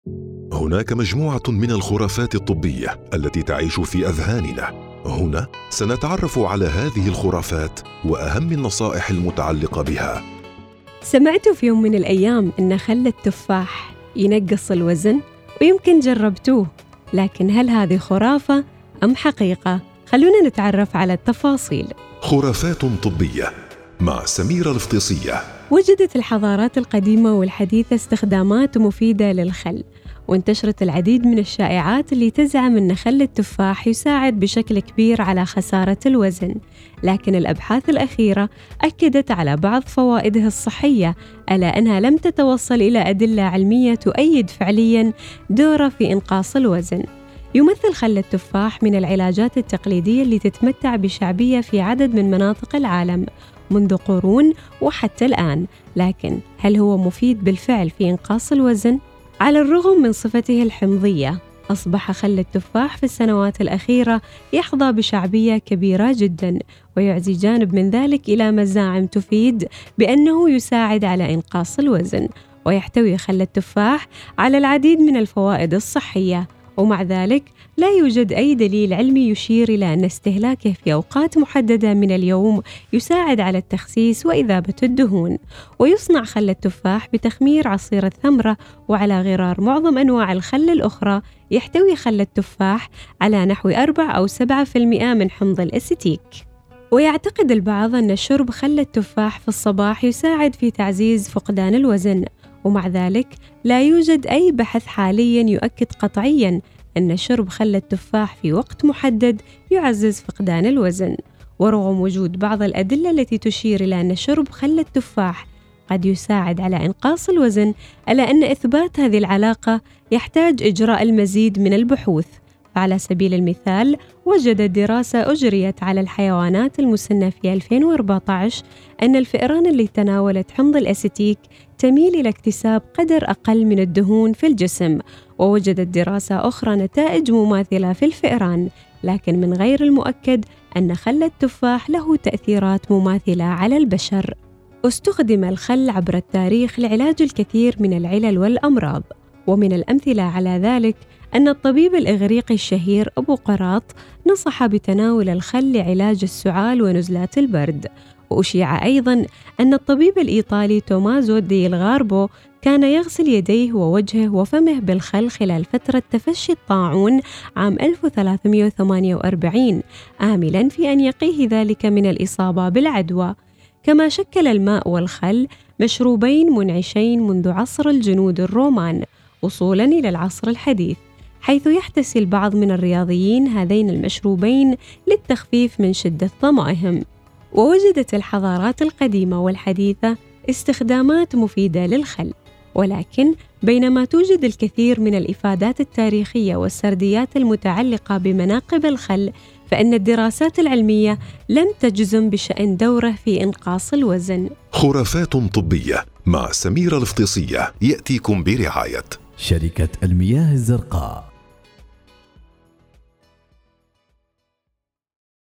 هناك مجموعة من الخرافات الطبية التي تعيش في أذهاننا. هنا سنتعرف على هذه الخرافات وأهم النصائح المتعلقة بها. سمعتوا في يوم من الأيام إن خل التفاح ينقص الوزن؟ ويمكن جربتوه، لكن هل هذه خرافة أم حقيقة؟ خلونا نتعرف على التفاصيل. خرافات طبية مع سميرة الفطيسية. وجدت الحضارات القديمة والحديثة استخدامات مفيدة للخل، وانتشرت العديد من الشائعات اللي تزعم أن خل التفاح يساعد بشكل كبير على خسارة الوزن، لكن الأبحاث الأخيرة أكدت على بعض فوائده الصحية، ألا أنها لم تتوصل إلى أدلة علمية تؤيد فعلياً دوره في إنقاص الوزن. يمثل خل التفاح من العلاجات التقليدية اللي تتمتع بشعبية في عدد من مناطق العالم منذ قرون وحتى الآن، لكن هل هو مفيد بالفعل في إنقاص الوزن؟ على الرغم من صفته الحمضية، أصبح خل التفاح في السنوات الأخيرة يحظى بشعبية كبيرة جداً، ويعزي جانب من ذلك إلى مزاعم تفيد بأنه يساعد على إنقاص الوزن. ويحتوي خل التفاح على العديد من الفوائد الصحية، ومع ذلك لا يوجد أي دليل علمي يشير إلى أن استهلاكه في أوقات محددة من اليوم يساعد على التخسيس وإذابة الدهون. ويصنع خل التفاح بتخمير عصير الثمرة، وعلى غرار معظم أنواع الخل الأخرى يحتوي خل التفاح على نحو 4 أو 7% من حمض الأسيتيك. ويعتقد البعض أن شرب خل التفاح في الصباح يساعد في تعزيز فقدان الوزن، ومع ذلك لا يوجد أي بحث حالياً يؤكد قطعياً أن شرب خل التفاح في وقت محدد يعزز فقدان الوزن. ورغم وجود بعض الأدلة التي تشير إلى أن شرب خل التفاح قد يساعد على إنقاص الوزن، ألا أن إثبات هذه العلاقة يحتاج إجراء المزيد من البحوث. فعلى سبيل المثال، وجدت دراسة أجريت على الحيوانات المسنة في 2014 أن الفئران اللي تناولت حمض الأسيتيك تميل إلى اكتساب قدر أقل من الدهون في الجسم. ووجدت دراسة أخرى نتائج مماثلة في الفئران، لكن من غير المؤكد أن خل التفاح له تأثيرات مماثلة على البشر. استخدم الخل عبر التاريخ لعلاج الكثير من العلل والأمراض، ومن الأمثلة على ذلك أن الطبيب الإغريقي الشهير أبو قراط نصح بتناول الخل لعلاج السعال ونزلات البرد. وأشيع أيضاً أن الطبيب الإيطالي تومازو دي الغاربو كان يغسل يديه ووجهه وفمه بالخل خلال فترة تفشي الطاعون عام 1348، آملاً في أن يقيه ذلك من الإصابة بالعدوى. كما شكل الماء والخل مشروبين منعشين منذ عصر الجنود الرومان وصولاً إلى العصر الحديث، حيث يحتسي البعض من الرياضيين هذين المشروبين للتخفيف من شدة ظمأهم. ووجدت الحضارات القديمة والحديثة استخدامات مفيدة للخل، ولكن بينما توجد الكثير من الإفادات التاريخية والسرديات المتعلقة بمناقب الخل، فإن الدراسات العلمية لم تجزم بشأن دوره في إنقاص الوزن. خرافات طبية مع سميرة الفطيسية يأتيكم برعاية شركة المياه الزرقاء.